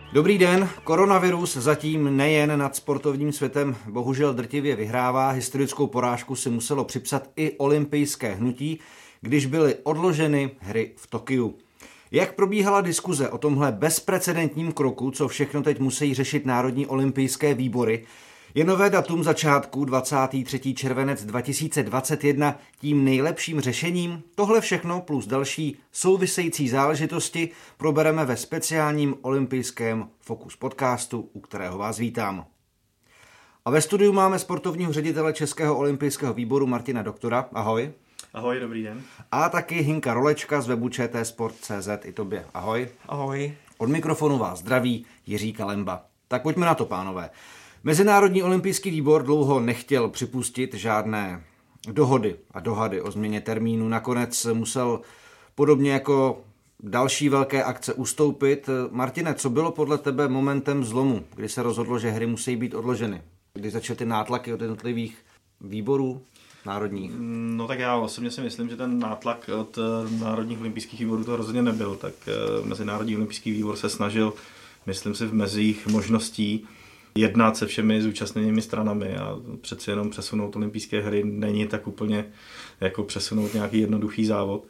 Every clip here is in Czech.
Dobrý den, koronavirus zatím nejen nad sportovním světem bohužel drtivě vyhrává, historickou porážku si muselo připsat i olympijské hnutí, když byly odloženy hry v Tokiu. Jak probíhala diskuze o tomhle bezprecedentním kroku, co všechno teď musí řešit národní olympijské výbory, je nové datum začátku 23. červenec 2021 tím nejlepším řešením? Tohle všechno plus další související záležitosti probereme ve speciálním olympijském Focus podcastu, u kterého vás vítám. A ve studiu máme sportovního ředitele Českého olympijského výboru Martina Doktora. Ahoj. Ahoj, dobrý den. A taky Hinka Rolečka z webu čtsport.cz. I tobě. Ahoj. Ahoj. Od mikrofonu vás zdraví Jiří Kalemba. Tak pojďme na to, pánové. Mezinárodní olympijský výbor dlouho nechtěl připustit žádné dohody a dohady o změně termínu. Nakonec musel podobně jako další velké akce ustoupit. Martine, co bylo podle tebe momentem zlomu, kdy se rozhodlo, že hry musí být odloženy? Kdy začaly ty nátlaky od jednotlivých výborů národních? No tak já osobně si myslím, že ten nátlak od národních olympijských výborů to rozhodně nebyl. Tak Mezinárodní olympijský výbor se snažil, myslím si, v mezích možností jednat se všemi zúčastněnými stranami a přeci jenom přesunout olympijské hry není tak úplně jako přesunout nějaký jednoduchý závod.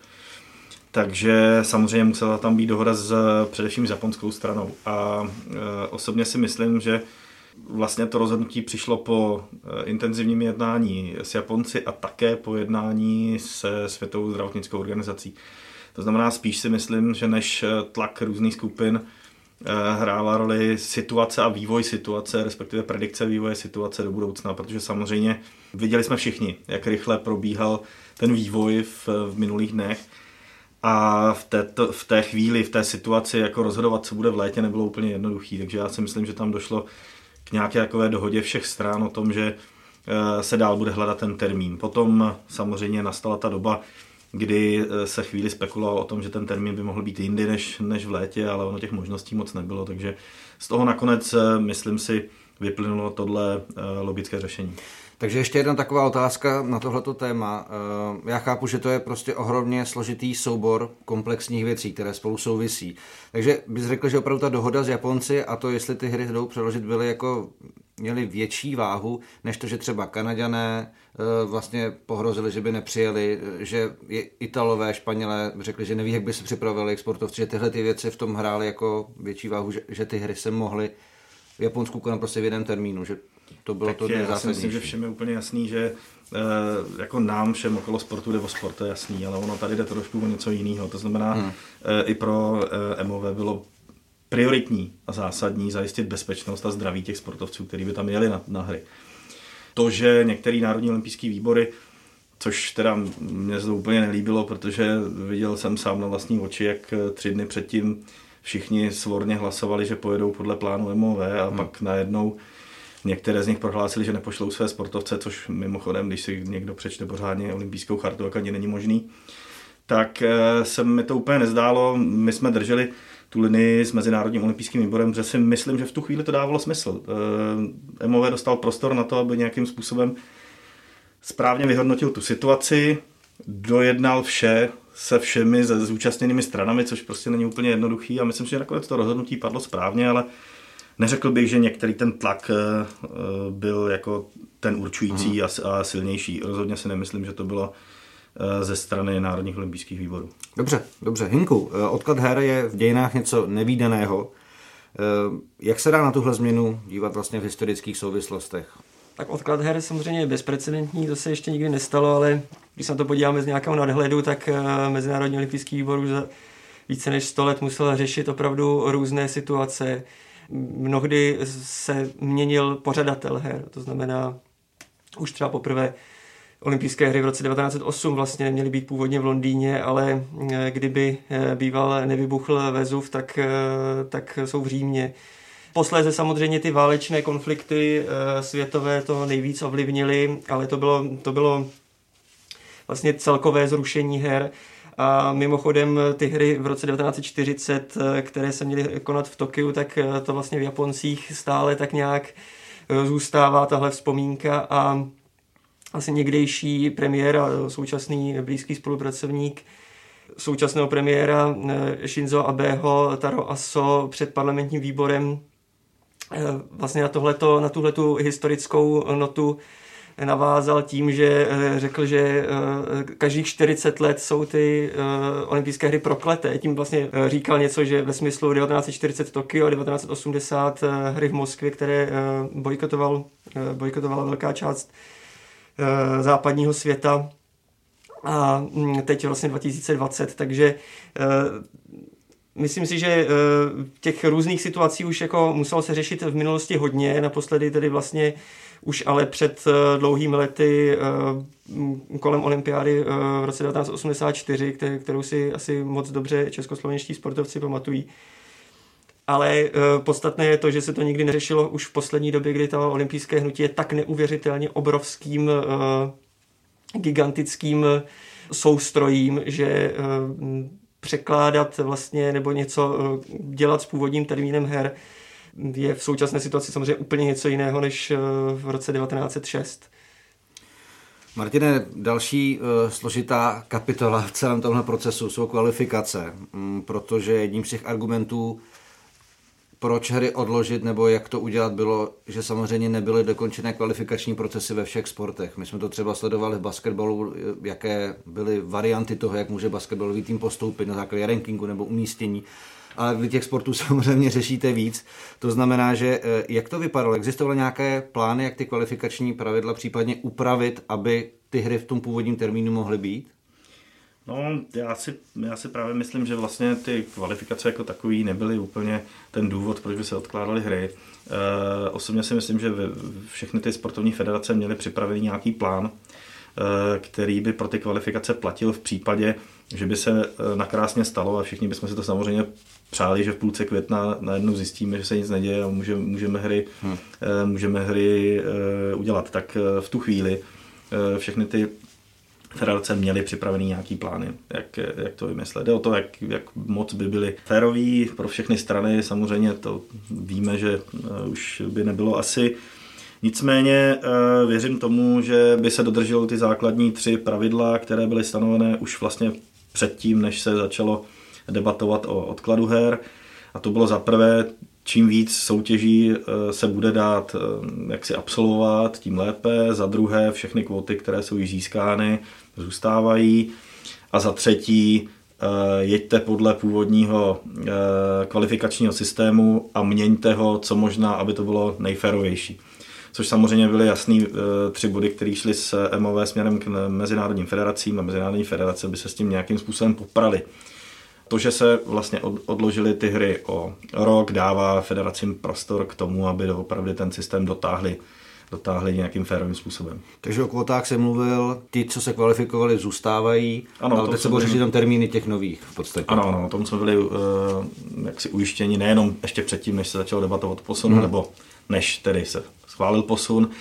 Takže samozřejmě musela tam být dohoda především s japonskou stranou. A osobně si myslím, že vlastně to rozhodnutí přišlo po intenzivním jednání s Japonci a také po jednání se Světovou zdravotnickou organizací. To znamená, spíš si myslím, že než tlak různých skupin hrála roli situace a vývoj situace, respektive predikce vývoje situace do budoucna, protože samozřejmě viděli jsme všichni, jak rychle probíhal ten vývoj v minulých dnech a v té chvíli, v té situaci jako rozhodovat, co bude v létě, nebylo úplně jednoduchý, takže já si myslím, že tam došlo k nějaké takové dohodě všech stran o tom, že se dál bude hledat ten termín. Potom samozřejmě nastala ta doba, kdy se chvíli spekulovalo o tom, že ten termín by mohl být jindy než v létě, ale ono těch možností moc nebylo, takže z toho nakonec, myslím si, vyplynulo tohle logické řešení. Takže ještě jedna taková otázka na tohleto téma. Já chápu, že to je prostě ohromně složitý soubor komplexních věcí, které spolu souvisí. Takže bys řekl, že opravdu ta dohoda s Japonci a to, jestli ty hry jdou přeložit, měly větší váhu, než to, že třeba Kanaďané vlastně pohrozili, že by nepřijeli, že Italové, Španělé řekli, že neví, jak by se připravili k sportovci, že tyhle ty věci v tom hrály jako větší váhu, že ty hry se mohly v Japonsku konat prostě v jeden termínu, že to bylo to nejzásadnější. Já si myslím, že všem je úplně jasný, že jako nám všem okolo sportu jde o sport, to je jasný, ale ono tady jde trošku o něco jiného. To znamená, i pro MOV bylo prioritní a zásadní zajistit bezpečnost a zdraví těch sportovců, kteří by tam jeli na hry. To, že některé národní olympijské výbory, což teda mě to úplně nelíbilo, protože viděl jsem sám na vlastní oči, jak 3 dny předtím všichni svorně hlasovali, že pojedou podle plánu MOV a pak najednou některé z nich prohlásili, že nepošlou své sportovce, což mimochodem, když si někdo přečte pořádně olympijskou chartu, tak ani není možný. Tak se mi to úplně nezdálo. My jsme drželi tu linii s Mezinárodním olympijským výborem, že si myslím, že v tu chvíli to dávalo smysl. MOV dostal prostor na to, aby nějakým způsobem správně vyhodnotil tu situaci, dojednal vše se všemi zúčastněnými stranami, což prostě není úplně jednoduchý a myslím si, že nakonec to rozhodnutí padlo správně, ale neřekl bych, že některý ten tlak byl jako ten určující a silnější. Rozhodně si nemyslím, že to bylo ze strany národních olympijských výborů. Dobře. Hinku, odklad her je v dějinách něco nevídaného. Jak se dá na tuhle změnu dívat vlastně v historických souvislostech? Tak odklad her samozřejmě je bezprecedentní, to se ještě nikdy nestalo, ale když se na to podíváme z nějakého nadhledu, tak Mezinárodní olympijský výbor už za více než 100 let musel řešit opravdu různé situace. Mnohdy se měnil pořadatel her, to znamená už třeba poprvé olympijské hry v roce 1908 vlastně měly být původně v Londýně, ale kdyby býval nevybuchl Vezuv, tak jsou v Římě. Posléze samozřejmě ty válečné konflikty světové to nejvíc ovlivnily, ale to bylo vlastně celkové zrušení her. A mimochodem ty hry v roce 1940, které se měly konat v Tokiu, tak to vlastně v Japoncích stále tak nějak zůstává tahle vzpomínka a asi někdejší premiér a současný blízký spolupracovník současného premiéra Shinzo Abeho Taro Aso před parlamentním výborem vlastně na tuhletu historickou notu navázal tím, že řekl, že každých 40 let jsou ty olympijské hry prokleté. Tím vlastně říkal něco, že ve smyslu 1940 Tokio, 1980 hry v Moskvě, které bojkotovala velká část západního světa, a teď vlastně 2020, takže myslím si, že těch různých situací už jako muselo se řešit v minulosti hodně, naposledy tedy vlastně už ale před dlouhými lety kolem olympiády v roce 1984, kterou si asi moc dobře českoslovenští sportovci pamatují. Ale podstatné je to, že se to nikdy neřešilo už v poslední době, kdy ta olympijské hnutí je tak neuvěřitelně obrovským, gigantickým soustrojím, že překládat vlastně nebo něco dělat s původním termínem her je v současné situaci samozřejmě úplně něco jiného než v roce 1906. Martine, další složitá kapitola v celém tomhle procesu jsou kvalifikace, protože jedním z těch argumentů, proč hry odložit nebo jak to udělat, bylo, že samozřejmě nebyly dokončené kvalifikační procesy ve všech sportech. My jsme to třeba sledovali v basketbalu, jaké byly varianty toho, jak může basketbalový tým postoupit na základě rankingu nebo umístění. Ale vy těch sportů samozřejmě řešíte víc. To znamená, že jak to vypadalo? Existovaly nějaké plány, jak ty kvalifikační pravidla případně upravit, aby ty hry v tom původním termínu mohly být? No, já si právě myslím, že vlastně ty kvalifikace jako takový nebyly úplně ten důvod, proč by se odkládaly hry. Osobně si myslím, že všechny ty sportovní federace měly připravený nějaký plán, který by pro ty kvalifikace platil v případě, že by se nakrásně stalo, a všichni bychom si to samozřejmě přáli, že v půlce května najednou zjistíme, že se nic neděje a můžeme hry udělat. Tak v tu chvíli všechny ty federace měly připravený nějaký plány, jak to vymyslet. Jde o to, jak moc by byly férový pro všechny strany. Samozřejmě to víme, že už by nebylo asi. Nicméně věřím tomu, že by se dodrželo ty základní 3 pravidla, které byly stanovené už vlastně předtím, než se začalo debatovat o odkladu her. A to bylo za prvé, čím víc soutěží se bude dát jak si absolvovat, tím lépe. Za druhé, všechny kvóty, které jsou již získány, zůstávají. A za třetí, jeďte podle původního kvalifikačního systému a měňte ho co možná, aby to bylo nejférovější. Což samozřejmě byly jasný 3 body, které šly z MOV směrem k mezinárodním federacím, a mezinárodní federace by se s tím nějakým způsobem popraly. To, že se vlastně odložily ty hry o rok, dává federacím prostor k tomu, aby opravdu ten systém dotáhli nějakým férovým způsobem. Takže o kvotách se mluvil, ti, co se kvalifikovali, zůstávají, ano, ale teď se budou řešit tam termíny těch nových v podstatě. Ano, o tom jsme byli jaksi ujištěni nejenom ještě předtím, než se začalo debatovat o posunu, nebo než tedy se schválil posun,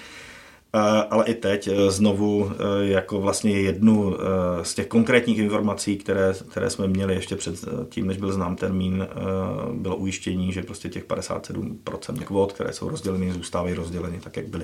ale i teď znovu jako vlastně jednu z těch konkrétních informací, které jsme měli ještě před tím, než byl znám termín, bylo ujištění, že prostě těch 57% kvót, které jsou rozděleny, zůstávají rozděleny tak, jak byly.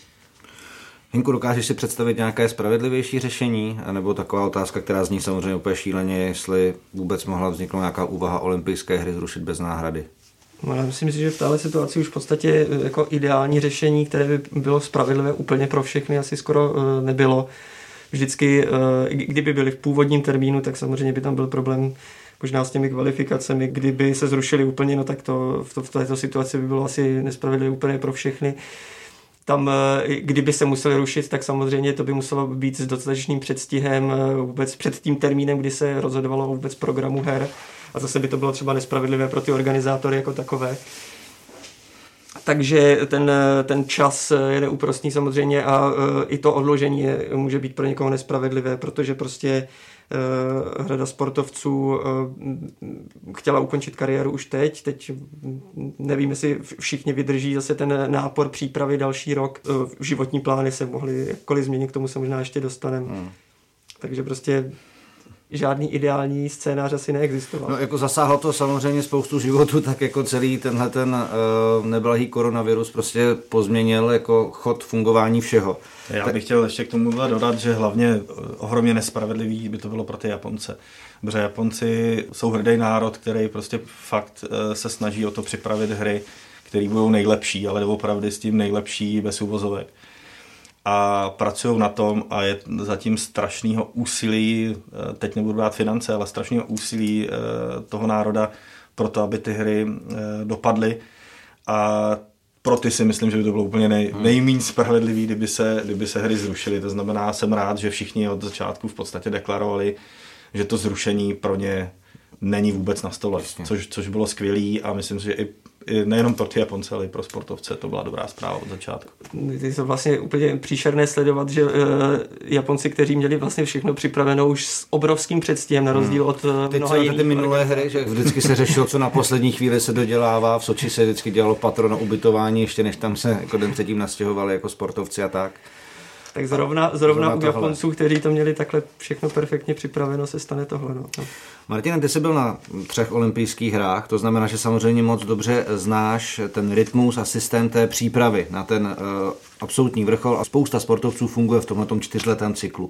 Hinku, dokážeš si představit nějaké spravedlivější řešení? A nebo taková otázka, která zní samozřejmě úplně šíleně, jestli vůbec mohla vzniknout nějaká úvaha olympijské hry zrušit bez náhrady? No, já myslím si, že v této situaci už v podstatě jako ideální řešení, které by bylo spravedlivé úplně pro všechny, asi skoro nebylo. Vždycky, kdyby byly v původním termínu, tak samozřejmě by tam byl problém možná s těmi kvalifikacemi. Kdyby se zrušili úplně, no tak to v této situaci by bylo asi nespravedlivé úplně pro všechny. Tam, kdyby se museli rušit, tak samozřejmě to by muselo být s dostatečným předstihem vůbec před tím termínem, kdy se rozhodovalo o vůbec programu her. A zase by to bylo třeba nespravedlivé pro ty organizátory jako takové. Takže ten čas je neúprostný samozřejmě a i to odložení může být pro někoho nespravedlivé, protože prostě řada sportovců chtěla ukončit kariéru už teď nevím, jestli všichni vydrží zase ten nápor přípravy další rok. Životní plány se mohly jakkoliv změnit, k tomu se možná ještě dostaneme. Takže prostě žádný ideální scénář asi neexistoval. No jako zasáhlo to samozřejmě spoustu životů, tak jako celý tenhle neblahý koronavirus prostě pozměnil jako chod fungování všeho. Já bych chtěl ještě k tomu dodat, že hlavně ohromně nespravedlivý by to bylo pro ty Japonce. Protože Japonci jsou hrdý národ, který prostě fakt se snaží o to připravit hry, které budou nejlepší, ale opravdu s tím nejlepší bez uvozovek. A pracují na tom a je zatím strašného úsilí, teď nebudu dát finance, ale strašného úsilí toho národa pro to, aby ty hry dopadly. A pro ty si myslím, že by to bylo úplně nejméně spravedlivý, kdyby se hry zrušily. To znamená, jsem rád, že všichni od začátku v podstatě deklarovali, že to zrušení pro ně není vůbec na stole, což bylo skvělý a myslím si, že i nejenom pro ty Japonce, ale i pro sportovce to byla dobrá zpráva od začátku. Je to vlastně úplně příšerné sledovat, že Japonci, kteří měli vlastně všechno připraveno už s obrovským předstihem, na rozdíl od mnoha jiných. Ty minulé hry, že vždycky se řešilo, co na poslední chvíli se dodělává, v Soči se vždycky dělalo patro na ubytování, ještě než tam se jako den předtím nastěhovali jako sportovci a tak. Tak zrovna u Japonců, kteří to měli takhle všechno perfektně připraveno, se stane tohle. No. Martine, ty jsi byl na 3 olympijských hrách, to znamená, že samozřejmě moc dobře znáš ten rytmus a systém té přípravy na ten absolutní vrchol a spousta sportovců funguje v tomhletom 4letém cyklu,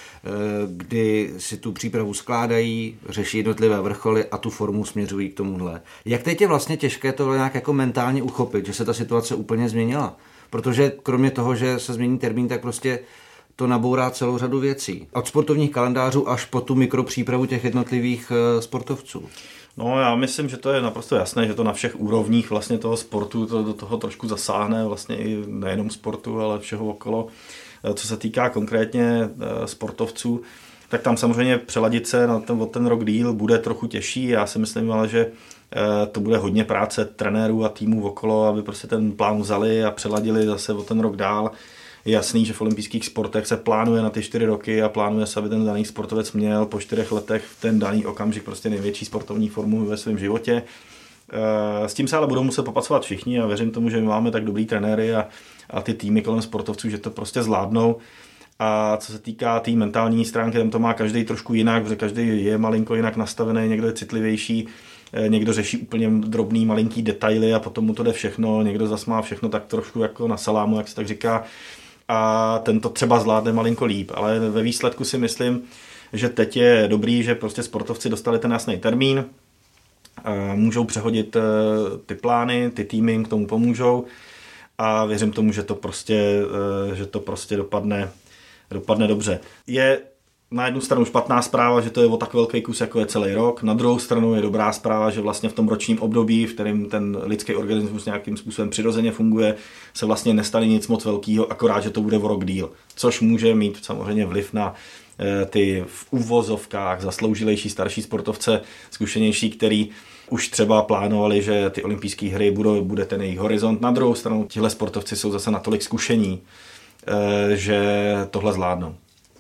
kdy si tu přípravu skládají, řeší jednotlivé vrcholy a tu formu směřují k tomuhle. Jak teď je vlastně těžké to nějak jako mentálně uchopit, že se ta situace úplně změnila? Protože kromě toho, že se změní termín, tak prostě to nabourá celou řadu věcí. Od sportovních kalendářů až po tu mikropřípravu těch jednotlivých sportovců. No já myslím, že to je naprosto jasné, že to na všech úrovních vlastně toho sportu to do toho trošku zasáhne, vlastně i nejenom sportu, ale všeho okolo. Co se týká konkrétně sportovců, tak tam samozřejmě přeladit se na ten rok díl bude trochu těžší. Já si myslím ale, že to bude hodně práce trenérů a týmů okolo, aby prostě ten plán vzali a přeladili zase o ten rok dál. Je jasný, že v olympijských sportech se plánuje na ty 4 roky a plánuje se, aby ten daný sportovec měl po 4 letech v ten daný okamžik prostě největší sportovní formu ve svém životě. S tím se ale budou muset popasovat všichni a věřím tomu, že my máme tak dobrý trenéry a ty týmy kolem sportovců, že to prostě zvládnou. A co se týká té mentální stránky, tam to má každý trošku jinak, protože každý je malinko jinak nastavený, někdo je citlivější, někdo řeší úplně drobný malinký detaily a potom mu to jde všechno, někdo zas má všechno tak trošku jako na salámu, jak se tak říká, a ten to třeba zvládne malinko líp, ale ve výsledku si myslím, že teď je dobrý, že prostě sportovci dostali ten jasný termín, můžou přehodit ty plány, ty týmy jim k tomu pomůžou a věřím tomu, že to prostě dopadne dobře. Je na jednu stranu špatná zpráva, že to je o tak velký kus, jako je celý rok. Na druhou stranu je dobrá zpráva, že vlastně v tom ročním období, v kterém ten lidský organismus nějakým způsobem přirozeně funguje, se vlastně nestane nic moc velkého, akorát, že to bude o rok díl. Což může mít samozřejmě vliv na ty v uvozovkách zasloužilejší starší sportovce, zkušenější, který už třeba plánovali, že ty olympijské hry bude ten jejich horizont. Na druhou stranu tihle sportovci jsou zase natolik zkušení, že tohle zvládnou.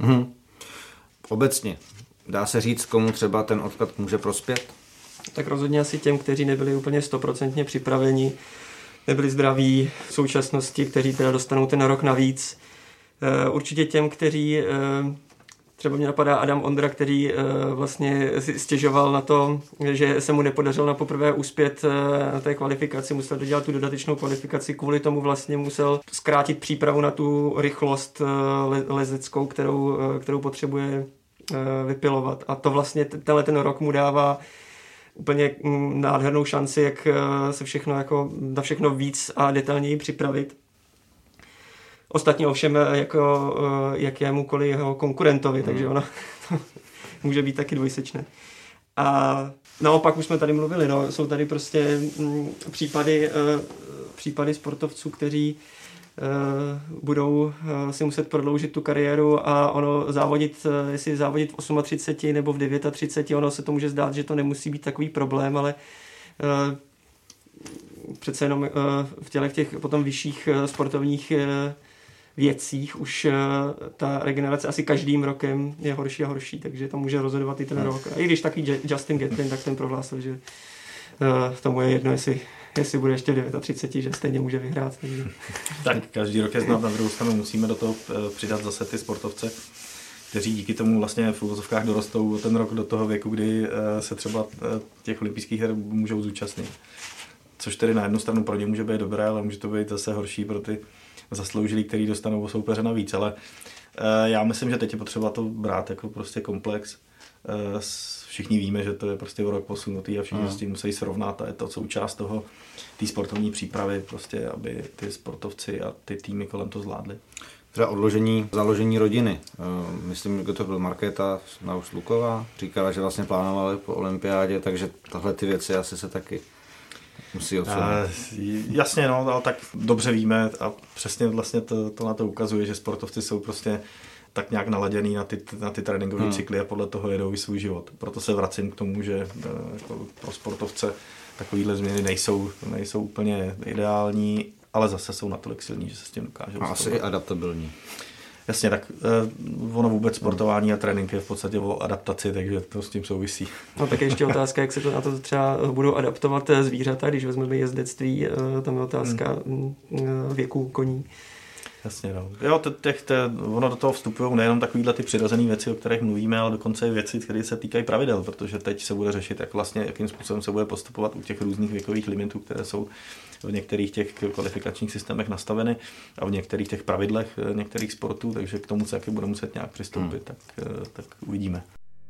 Obecně dá se říct, komu třeba ten odklad může prospět? Tak rozhodně asi těm, kteří nebyli úplně 100% připraveni, nebyli zdraví v současnosti, kteří teda dostanou ten rok navíc. Určitě těm, kteří, třeba mě napadá Adam Ondra, který vlastně si stěžoval na to, že se mu nepodařilo na poprvé uspět na té kvalifikaci, musel dodělat tu dodatečnou kvalifikaci, kvůli tomu vlastně musel zkrátit přípravu na tu rychlost lezeckou, kterou potřebuje vypilovat. A to vlastně ten rok mu dává úplně nádhernou šanci, jak se všechno na všechno víc a detailněji připravit. Ostatně ovšem jako jakémukoliv jeho konkurentovi, takže ono může být taky dvojsečné. A naopak už jsme tady mluvili, jsou tady prostě případy sportovců, kteří budou si muset prodloužit tu kariéru a jestli závodit v 38 nebo v 39, ono se to může zdát, že to nemusí být takový problém, ale přece jenom v těch potom vyšších sportovních věcích už ta regenerace asi každým rokem je horší a horší, takže to může rozhodovat i ten rok. A i když taky Justin Gatlin, tak ten prohlásil, že tomu je jedno, jestli bude ještě v 39, že stejně může vyhrát. Takže. Tak každý rok je znát, na druhou stranu musíme do toho přidat zase ty sportovce, kteří díky tomu vlastně v uvozovkách dorostou ten rok do toho věku, kdy se třeba těch olympijských her můžou zúčastnit. Což tedy na jednu stranu pro ně může být dobré, ale může to být zase horší pro ty zasloužilí, kteří dostanou soupeře navíc. Ale já myslím, že teď je potřeba to brát jako prostě komplex. Všichni víme, že to je prostě o rok posunutý a všichni s tím musí srovnat a je to součást toho, té sportovní přípravy, prostě, aby ty sportovci a ty týmy kolem to zvládly. Třeba založení rodiny. Myslím, že to byl Markéta Naus-Luková. Říkala, že vlastně plánovali po olympiádě, takže tahle ty věci asi se taky musí odsunout. Jasně, no, ale tak dobře víme a přesně vlastně to na to ukazuje, že sportovci jsou prostě tak nějak naladěný na ty tréninkové cykly a podle toho jedou i svůj život. Proto se vracím k tomu, že jako pro sportovce takovýhle změny nejsou úplně ideální, ale zase jsou natolik silní, že se s tím dokážou. A asi i adaptabilní. Jasně, tak ono vůbec sportování a trénink je v podstatě o adaptaci, takže to s tím souvisí. No tak ještě otázka, jak se to na to třeba budou adaptovat zvířata, když vezmeme jezdectví, tam je otázka věku koní. Jasně, no. Jo, ono do toho vstupují nejenom takovýhle ty přirozené věci, o kterých mluvíme, ale dokonce i věci, které se týkají pravidel, protože teď se bude řešit, jakým způsobem se bude postupovat u těch různých věkových limitů, které jsou v některých těch kvalifikačních systémech nastaveny a v některých těch pravidlech některých sportů, takže k tomu se taky bude muset nějak přistoupit, tak uvidíme.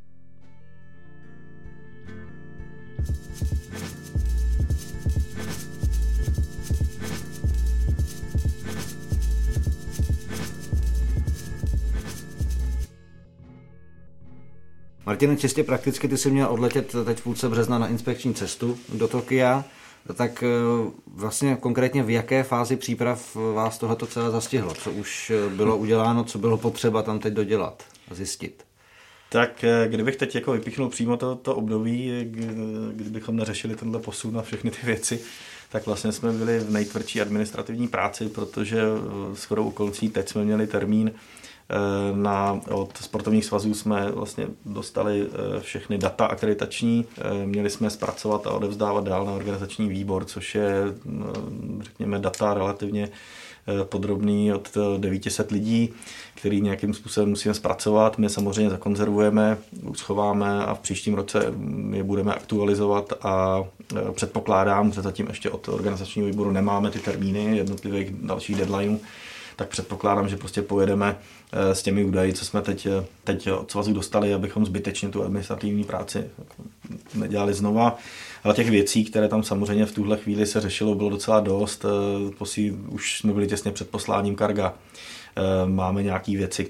Martine, čistě prakticky ty jsi měl odletět teď v půlce března na inspekční cestu do Tokia, tak vlastně konkrétně v jaké fázi příprav vás tohleto celé zastihlo? Co už bylo uděláno, co bylo potřeba tam teď dodělat a zjistit? Tak kdybych teď jako vypíchnul přímo to období, kdybychom neřešili tenhle posun a všechny ty věci, tak vlastně jsme byli v nejtvrdší administrativní práci, protože shodou okolností teď jsme měli termín od sportovních svazů jsme vlastně dostali všechny data akreditační, měli jsme zpracovat a odevzdávat dál na organizační výbor, což je, řekněme, data relativně podrobný od 900 lidí, který nějakým způsobem musíme zpracovat. My samozřejmě zakonzervujeme, uschováme a v příštím roce je budeme aktualizovat a předpokládám, že zatím ještě od organizačního výboru nemáme ty termíny jednotlivých dalších deadlineů, tak předpokládám, že prostě pojedeme s těmi údaji, co jsme teď od svazu dostali, abychom zbytečně tu administrativní práci nedělali znova. Ale těch věcí, které tam samozřejmě v tuhle chvíli se řešilo, bylo docela dost. Už jsme byli těsně před posláním karga. Máme nějaké věci,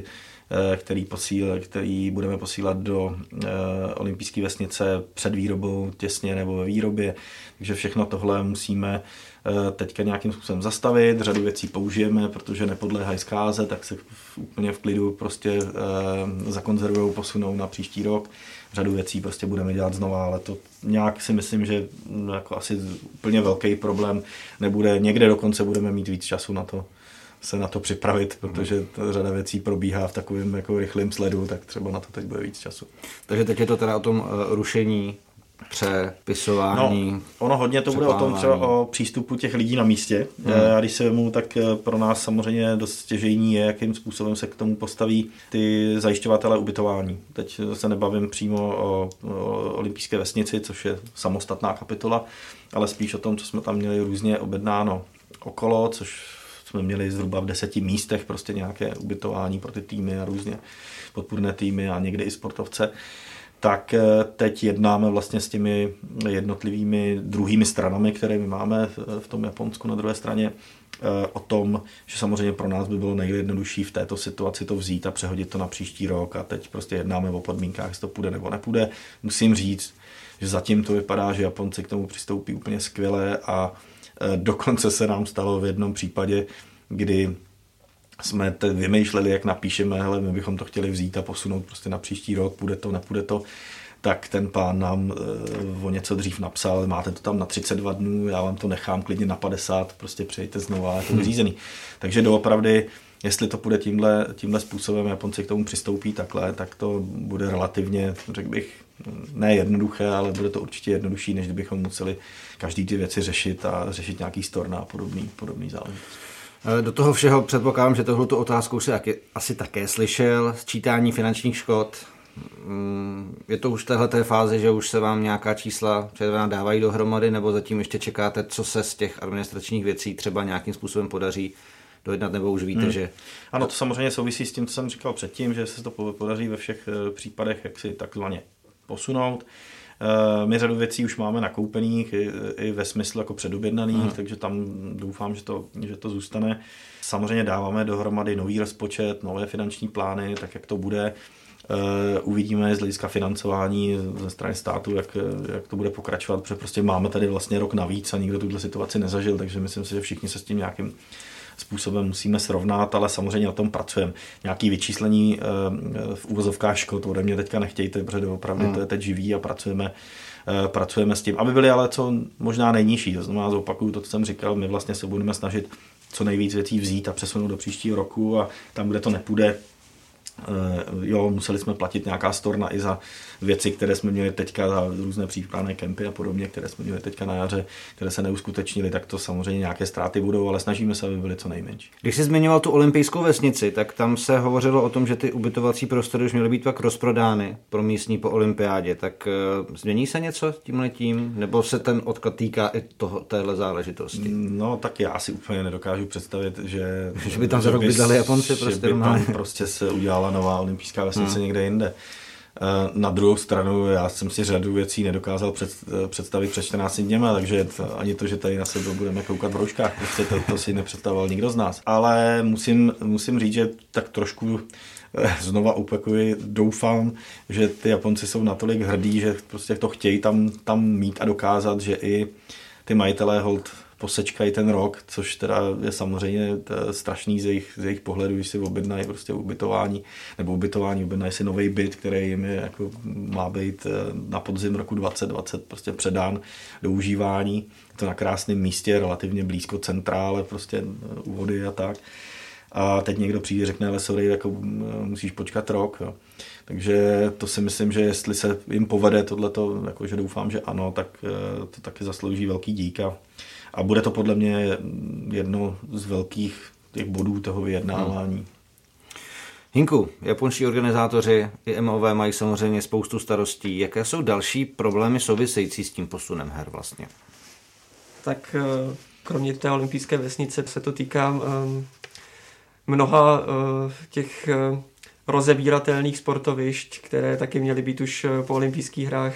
který budeme posílat do olympijské vesnice před výrobou těsně nebo ve výrobě. Takže všechno tohle musíme teďka nějakým způsobem zastavit, řadu věcí použijeme, protože nepodléhají zkáze, tak se úplně v klidu prostě zakonzervujou, posunou na příští rok. Řadu věcí prostě budeme dělat znova, ale to nějak si myslím, že jako asi úplně velký problém nebude. Někde dokonce budeme mít víc času na to, se na to připravit, protože řada věcí probíhá v takovém jako rychlém sledu, tak třeba na to teď bude víc času. Takže teď je to teda o tom rušení, přepisování. No, ono hodně to bude o tom třeba o přístupu těch lidí na místě. A když se vemu, tak pro nás samozřejmě dost stěžejní je, jakým způsobem se k tomu postaví ty zajišťovatelé ubytování. Teď se nebavím přímo o olympijské vesnici, což je samostatná kapitola, ale spíš o tom, co jsme tam měli různě objednáno okolo, což jsme měli zhruba v 10 místech prostě nějaké ubytování pro ty týmy a různě podpůrné týmy a někdy i sportovce. Tak teď jednáme vlastně s těmi jednotlivými druhými stranami, které my máme v tom Japonsku na druhé straně, o tom, že samozřejmě pro nás by bylo nejjednodušší v této situaci to vzít a přehodit to na příští rok a teď prostě jednáme o podmínkách, jestli to půjde nebo nepůjde. Musím říct, že zatím to vypadá, že Japonci k tomu přistoupí úplně skvěle a dokonce se nám stalo v jednom případě, kdy jsme vymýšleli, jak napíšeme, hele, my bychom to chtěli vzít a posunout prostě na příští rok, půjde to, nepůjde to, tak ten pán nám o něco dřív napsal, máte to tam na 32 dnů, já vám to nechám klidně na 50, prostě přejďte znova, je to vyřízený. Takže doopravdy, jestli to půjde tímhle způsobem, Japonci k tomu přistoupí takhle, tak to bude relativně, řekl bych, ne jednoduché, ale bude to určitě jednodušší, než kdybychom museli každý ty věci řešit a řešit nějaký storna a podobný záležitost. Do toho všeho předpokládám, že tohleto otázkou si asi také slyšel, sčítání finančních škod. Je to už v téhleté fázi, že už se vám nějaká čísla červená dávají dohromady, nebo zatím ještě čekáte, co se z těch administračních věcí třeba nějakým způsobem podaří dojednat, nebo už víte, že... Ano, to samozřejmě souvisí s tím, co jsem říkal předtím, že se to podaří ve všech případech, jak si takzvaně posunout. My řadu věcí už máme nakoupených i ve smyslu jako předobjednaných, takže tam doufám, že to zůstane. Samozřejmě dáváme dohromady nový rozpočet, nové finanční plány, tak jak to bude. Uvidíme z hlediska financování ze strany státu, jak to bude pokračovat, protože prostě máme tady vlastně rok navíc a nikdo tuto situaci nezažil, takže myslím si, že všichni se s tím nějakým způsobem musíme srovnat, ale samozřejmě na tom pracujeme. Nějaké vyčíslení v úvozovkách škod ode mě teďka nechtějte, protože opravdu to je teď živý a pracujeme s tím, aby byly ale co možná nejnižší. To znamená, zopakuju to, co jsem říkal, my vlastně se budeme snažit co nejvíc věcí vzít a přesunout do příštího roku a tam, kde to nepůjde, museli jsme platit nějaká storna i za věci, které jsme měli teďka, za různé přípravné kempy a podobně, které jsme měli teďka na jaře, které se neuskutečnily, tak to samozřejmě nějaké ztráty budou, ale snažíme se, aby byly co nejmenší. Když jsi zmiňoval tu olympijskou vesnici, tak tam se hovořilo o tom, že ty ubytovací prostory už měly být pak rozprodány pro místní po olympiádě, tak změní se něco tímhletím, nebo se ten odklad týká i téhle záležitosti? No, tak já si úplně nedokážu představit, že by tam za rok bydleli Japonci, prostě tam prostě se udělala nová olympijská vesnice někde jinde. Na druhou stranu já jsem si řadu věcí nedokázal představit před 14 dněma, takže ani to, že tady na sebe budeme koukat v rouškách, prostě to si nepředstavoval nikdo z nás. Ale musím říct, že tak trošku znova opakuji, doufám, že ty Japonci jsou natolik hrdí, že prostě to chtějí tam mít a dokázat, že i ty majitelé hold posečkají ten rok, což teda je samozřejmě strašný z jejich pohledu, když si objednají prostě ubytování, objednají si nový byt, který jim jako má být na podzim roku 2020 prostě předán do užívání. Je to na krásném místě, relativně blízko centrále, prostě u vody a tak. A teď někdo přijde a řekne, ale sorry, jako musíš počkat rok. Jo. Takže to si myslím, že jestli se jim povede tohleto, jakože doufám, že ano, tak to taky zaslouží velký dík. A bude to podle mě jedno z velkých těch bodů toho vyjednávání. Hinku, japonští organizátoři i MOV mají samozřejmě spoustu starostí. Jaké jsou další problémy související s tím posunem her vlastně? Tak kromě té olympijské vesnice se to týká mnoha těch rozebíratelných sportovišť, které taky měly být už po olympijských hrách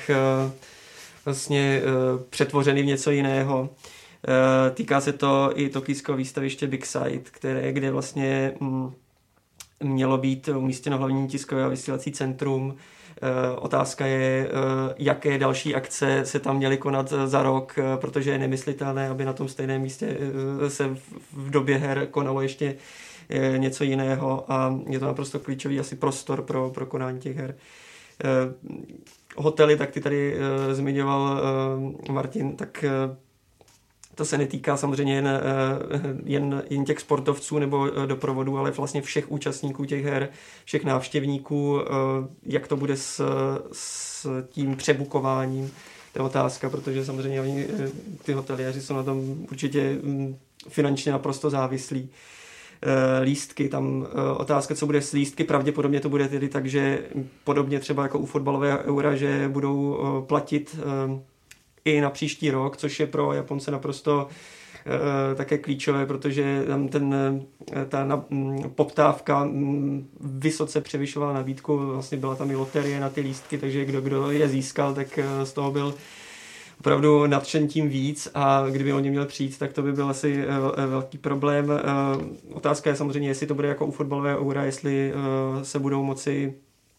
vlastně přetvořeny v něco jiného. Týká se to i tokijského výstaviště Big Sight, kde vlastně mělo být umístěno hlavní tiskové a vysílací centrum. Otázka je, jaké další akce se tam měly konat za rok, protože je nemyslitelné, aby na tom stejném místě se v době her konalo ještě něco jiného a je to naprosto klíčový asi prostor pro konání těch her. Hotely, tak ty tady zmiňoval Martin, tak to se netýká samozřejmě jen těch sportovců nebo doprovodů, ale vlastně všech účastníků těch her, všech návštěvníků, jak to bude s tím přebukováním. To je otázka, protože samozřejmě oni, ty hoteliéři jsou na tom určitě finančně naprosto závislí. Lístky, tam otázka, co bude s lístky, pravděpodobně to bude tedy tak, že podobně třeba jako u fotbalového Eura, že budou platit i na příští rok, což je pro Japonce naprosto také klíčové, protože tam ta poptávka vysoce převyšovala nabídku, vlastně byla tam i loterie na ty lístky, takže kdo je získal, tak z toho byl opravdu nadšen tím víc a kdyby oni měl přijít, tak to by byl asi velký problém. Otázka je samozřejmě, jestli to bude jako u fotbalového Eura, jestli se budou moci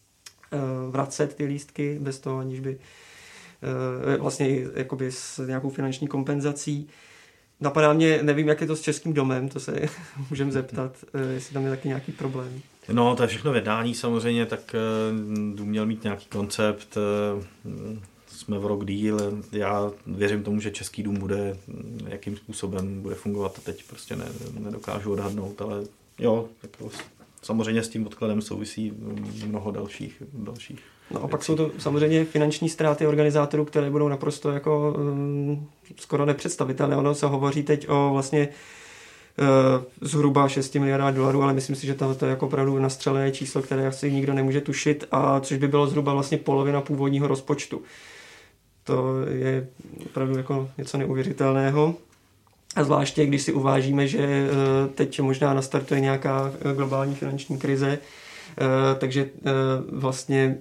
vracet ty lístky bez toho, aniž by vlastně jakoby s nějakou finanční kompenzací. Napadá mě, nevím, jak je to s Českým domem, to se můžeme zeptat, jestli tam je taky nějaký problém. No, to je všechno v jednání samozřejmě, tak měl mít nějaký koncept, jsme v rok díl, já věřím tomu, že Český dům bude, jakým způsobem bude fungovat, a teď prostě nedokážu odhadnout, ale jo, tak samozřejmě s tím odkladem souvisí mnoho dalších. No a pak jsou to samozřejmě finanční ztráty organizátorů, které budou naprosto jako skoro nepředstavitelné. Ono se hovoří teď o vlastně zhruba 6 miliard dolarů, ale myslím si, že to je jako opravdu nastřelené číslo, které asi nikdo nemůže tušit, a což by bylo zhruba vlastně polovina původního rozpočtu. To je opravdu jako něco neuvěřitelného. A zvláště, když si uvážíme, že teď možná nastartuje nějaká globální finanční krize, takže vlastně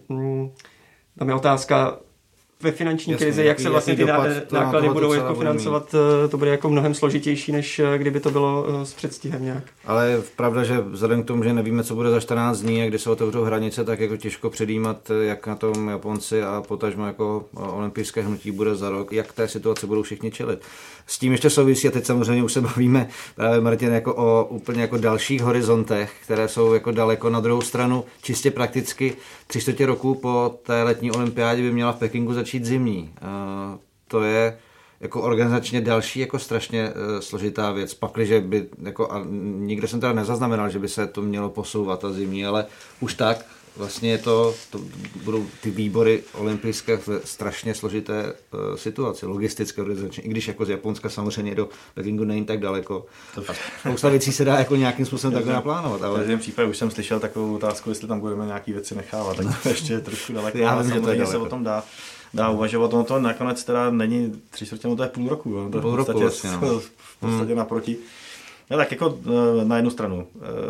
tam je otázka ve finanční krizi, jak se vlastně ty náklady budou jako financovat, to bude jako mnohem složitější, než kdyby to bylo s předstihem nějak. Ale je pravda, že vzhledem k tomu, že nevíme, co bude za 14 dní a kdy se otevřou hranice, tak jako těžko předjímat, jak na tom Japonci a potažmo jako olympijské hnutí bude za rok, jak té situace budou všichni čelit. S tím ještě souvisí, a teď samozřejmě už se bavíme právě, Martin, jako o úplně jako dalších horizontech, které jsou jako daleko. Na druhou stranu čistě prakticky 3/4 roku po té letní olympiádě by měla v Pekingu začít zimní. To je jako organizačně další jako strašně složitá věc. Pakliže by, jako, a nikde jsem teda nezaznamenal, že by se to mělo posouvat ta zimní, ale už tak vlastně to budou ty výbory olympijské v strašně složité situaci, logistické, organizačně, i když jako z Japonska samozřejmě do Pekingu není tak daleko. Spousta věcí se dá jako nějakým způsobem takhle naplánovat. Ale v každém případě už jsem slyšel takovou otázku, jestli tam budeme nějaký věci nechávat, tak to ještě je trošku daleko. Já vím, že to je daleko. Se o tom dá uvažovat, ono to nakonec teda není 3/4, to je půl roku. Jo? To půl roku vlastně, v podstatě naproti. No tak jako na jednu stranu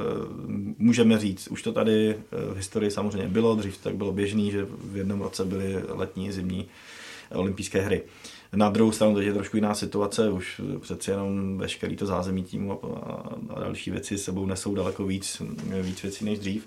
můžeme říct, už to tady v historii samozřejmě bylo, dřív tak bylo běžný, že v jednom roce byly letní, zimní olympijské hry. Na druhou stranu teď je trošku jiná situace, už přeci jenom veškerý to zázemí týmu a další věci sebou nesou daleko víc věcí než dřív.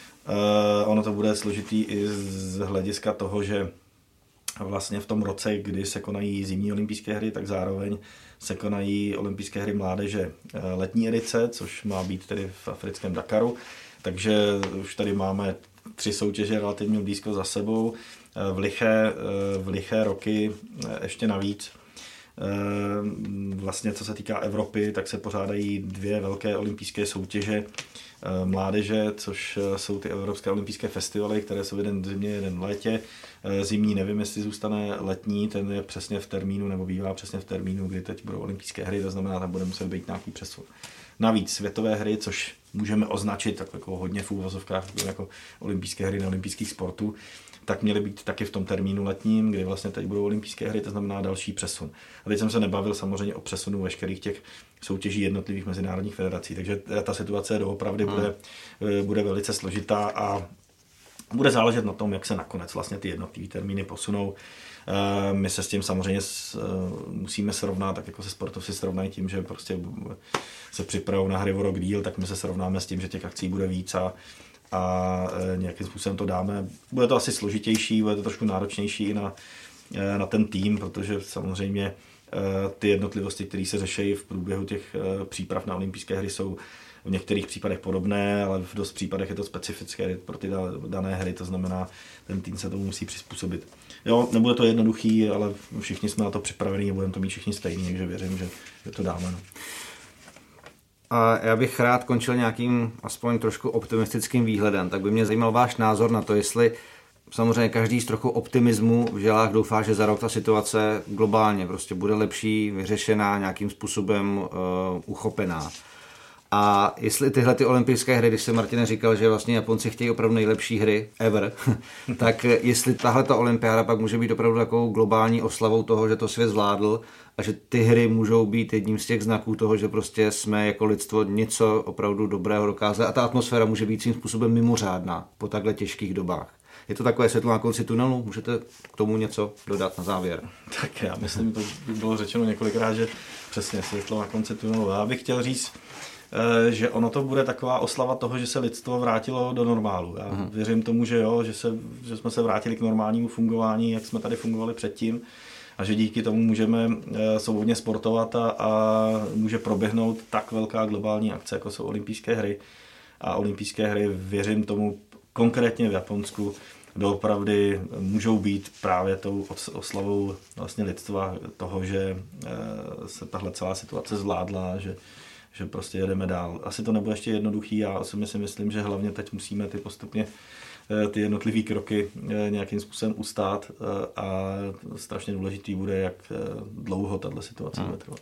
Ono to bude složitý i z hlediska toho, že vlastně v tom roce, kdy se konají zimní olympijské hry, tak zároveň se konají olympijské hry mládeže letní edice, což má být tedy v africkém Dakaru. Takže už tady máme 3 soutěže relativně blízko za sebou. V liché roky ještě navíc. Vlastně co se týká Evropy, tak se pořádají 2 velké olympijské soutěže mládeže, což jsou ty evropské olympijské festivaly, které jsou jeden v zimě, jeden v létě. Zimní nevím, jestli zůstane letní, ten je přesně v termínu, nebo bývá přesně v termínu, kdy teď budou olympijské hry, to znamená, tam bude muset být nějaký přesun. Navíc světové hry, což můžeme označit tak jako hodně v úvozovkách jako olympijské hry na olympijských sportů, tak měly být taky v tom termínu letním, kdy vlastně teď budou olympijské hry, to znamená další přesun. A teď jsem se nebavil samozřejmě o přesunu veškerých těch soutěží jednotlivých mezinárodních federací, takže ta situace doopravdy bude velice složitá a bude záležet na tom, jak se nakonec vlastně ty jednotlivé termíny posunou. My se s tím samozřejmě musíme srovnat, tak jako se sportovci srovnají tím, že prostě se připravují na hry o rok díl, tak my se srovnáme s tím, že těch akcí bude víc a nějakým způsobem to dáme. Bude to asi složitější, bude to trošku náročnější i na ten tým, protože samozřejmě ty jednotlivosti, které se řeší v průběhu těch příprav na olympijské hry, jsou v některých případech podobné, ale v dost případech je to specifické pro ty dané hry, to znamená, ten tým se tomu musí přizpůsobit. Jo, nebude to jednoduchý, ale všichni jsme na to připravení a budeme to mít všichni stejný, takže věřím, že to dáme. No. A já bych rád končil nějakým aspoň trošku optimistickým výhledem, tak by mě zajímal váš názor na to, jestli samozřejmě každý z trochu optimismu v želách doufá, že za rok ta situace globálně prostě bude lepší, vyřešená, nějakým způsobem uchopená. A jestli tyhle ty olympijské hry, když se Martine říkal, že vlastně Japonci chtějí opravdu nejlepší hry ever, tak jestli tahle ta olympiáda pak může být opravdu takovou globální oslavou toho, že to svět zvládl a že ty hry můžou být jedním z těch znaků toho, že prostě jsme jako lidstvo něco opravdu dobrého dokázali a ta atmosféra může být svým způsobem mimořádná po takhle těžkých dobách. Je to takové světlo na konci tunelu? Můžete k tomu něco dodat na závěr? Tak já myslím, to by bylo řečeno několikrát, že přesně světlo na konci tunelu. Já bych chtěl říct, že ono to bude taková oslava toho, že se lidstvo vrátilo do normálu. Já věřím tomu, že jo, že jsme se vrátili k normálnímu fungování, jak jsme tady fungovali předtím a že díky tomu můžeme svobodně sportovat a může proběhnout tak velká globální akce, jako jsou olympijské hry. A olympijské hry, věřím tomu, konkrétně v Japonsku, doopravdy můžou být právě tou oslavou vlastně lidstva toho, že se tahle celá situace zvládla, že prostě jedeme dál. Asi to nebude ještě jednoduchý, já si myslím, že hlavně teď musíme ty jednotlivý kroky nějakým způsobem ustát a strašně důležitý bude, jak dlouho tato situace bude trvat.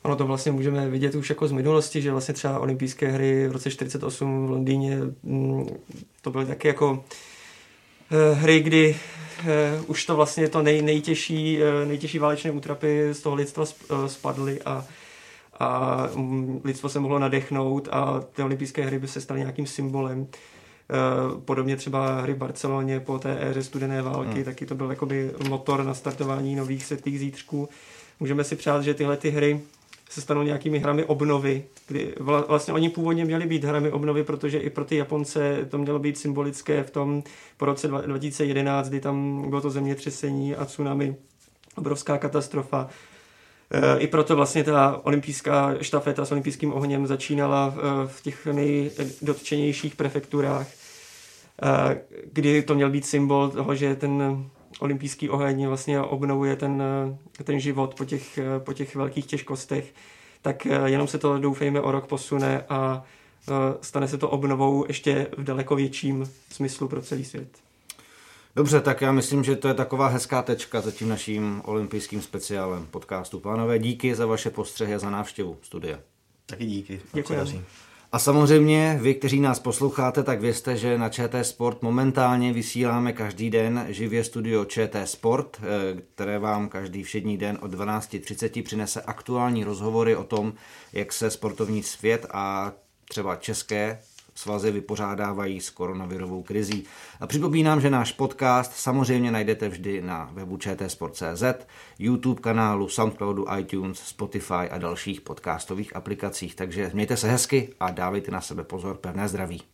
Ono to vlastně můžeme vidět už jako z minulosti, že vlastně třeba olympijské hry v roce 1948 v Londýně, to byly taky jako hry, kdy už to vlastně to nejtěžší válečné útrapy z toho lidstva spadly a lidstvo se mohlo nadechnout a ty olympijské hry by se staly nějakým symbolem. Podobně třeba hry v Barceloně po té éře studené války, taky to byl jakoby motor na startování nových světlých zítřků. Můžeme si přát, že tyhle ty hry se stanou nějakými hrami obnovy, kdy vlastně oni původně měli být hrami obnovy, protože i pro ty Japonce to mělo být symbolické v tom po roce 2011, kdy tam bylo to zemětřesení a tsunami, obrovská katastrofa. I proto vlastně ta olympijská štafeta s olympijským ohněm začínala v těch nejdotčenějších prefekturách, kdy to měl být symbol toho, že ten olympijský oheň vlastně obnovuje ten život po těch velkých těžkostech, tak jenom se to doufejme o rok posune a stane se to obnovou ještě v daleko větším smyslu pro celý svět. Dobře, tak já myslím, že to je taková hezká tečka za tím naším olympijským speciálem podcastu. Pánové, díky za vaše postřehy a za návštěvu studia. Taky díky. Děkuji. A samozřejmě vy, kteří nás posloucháte, tak vězte, že na ČT Sport momentálně vysíláme každý den živě studio ČT Sport, které vám každý všední den od 12:30 přinese aktuální rozhovory o tom, jak se sportovní svět a třeba české svazy vypořádávají s koronavirovou krizí. A připomínám, že náš podcast samozřejmě najdete vždy na webu čtsport.cz, YouTube kanálu, Soundcloudu, iTunes, Spotify a dalších podcastových aplikacích. Takže mějte se hezky a dávejte na sebe pozor. Pevné zdraví.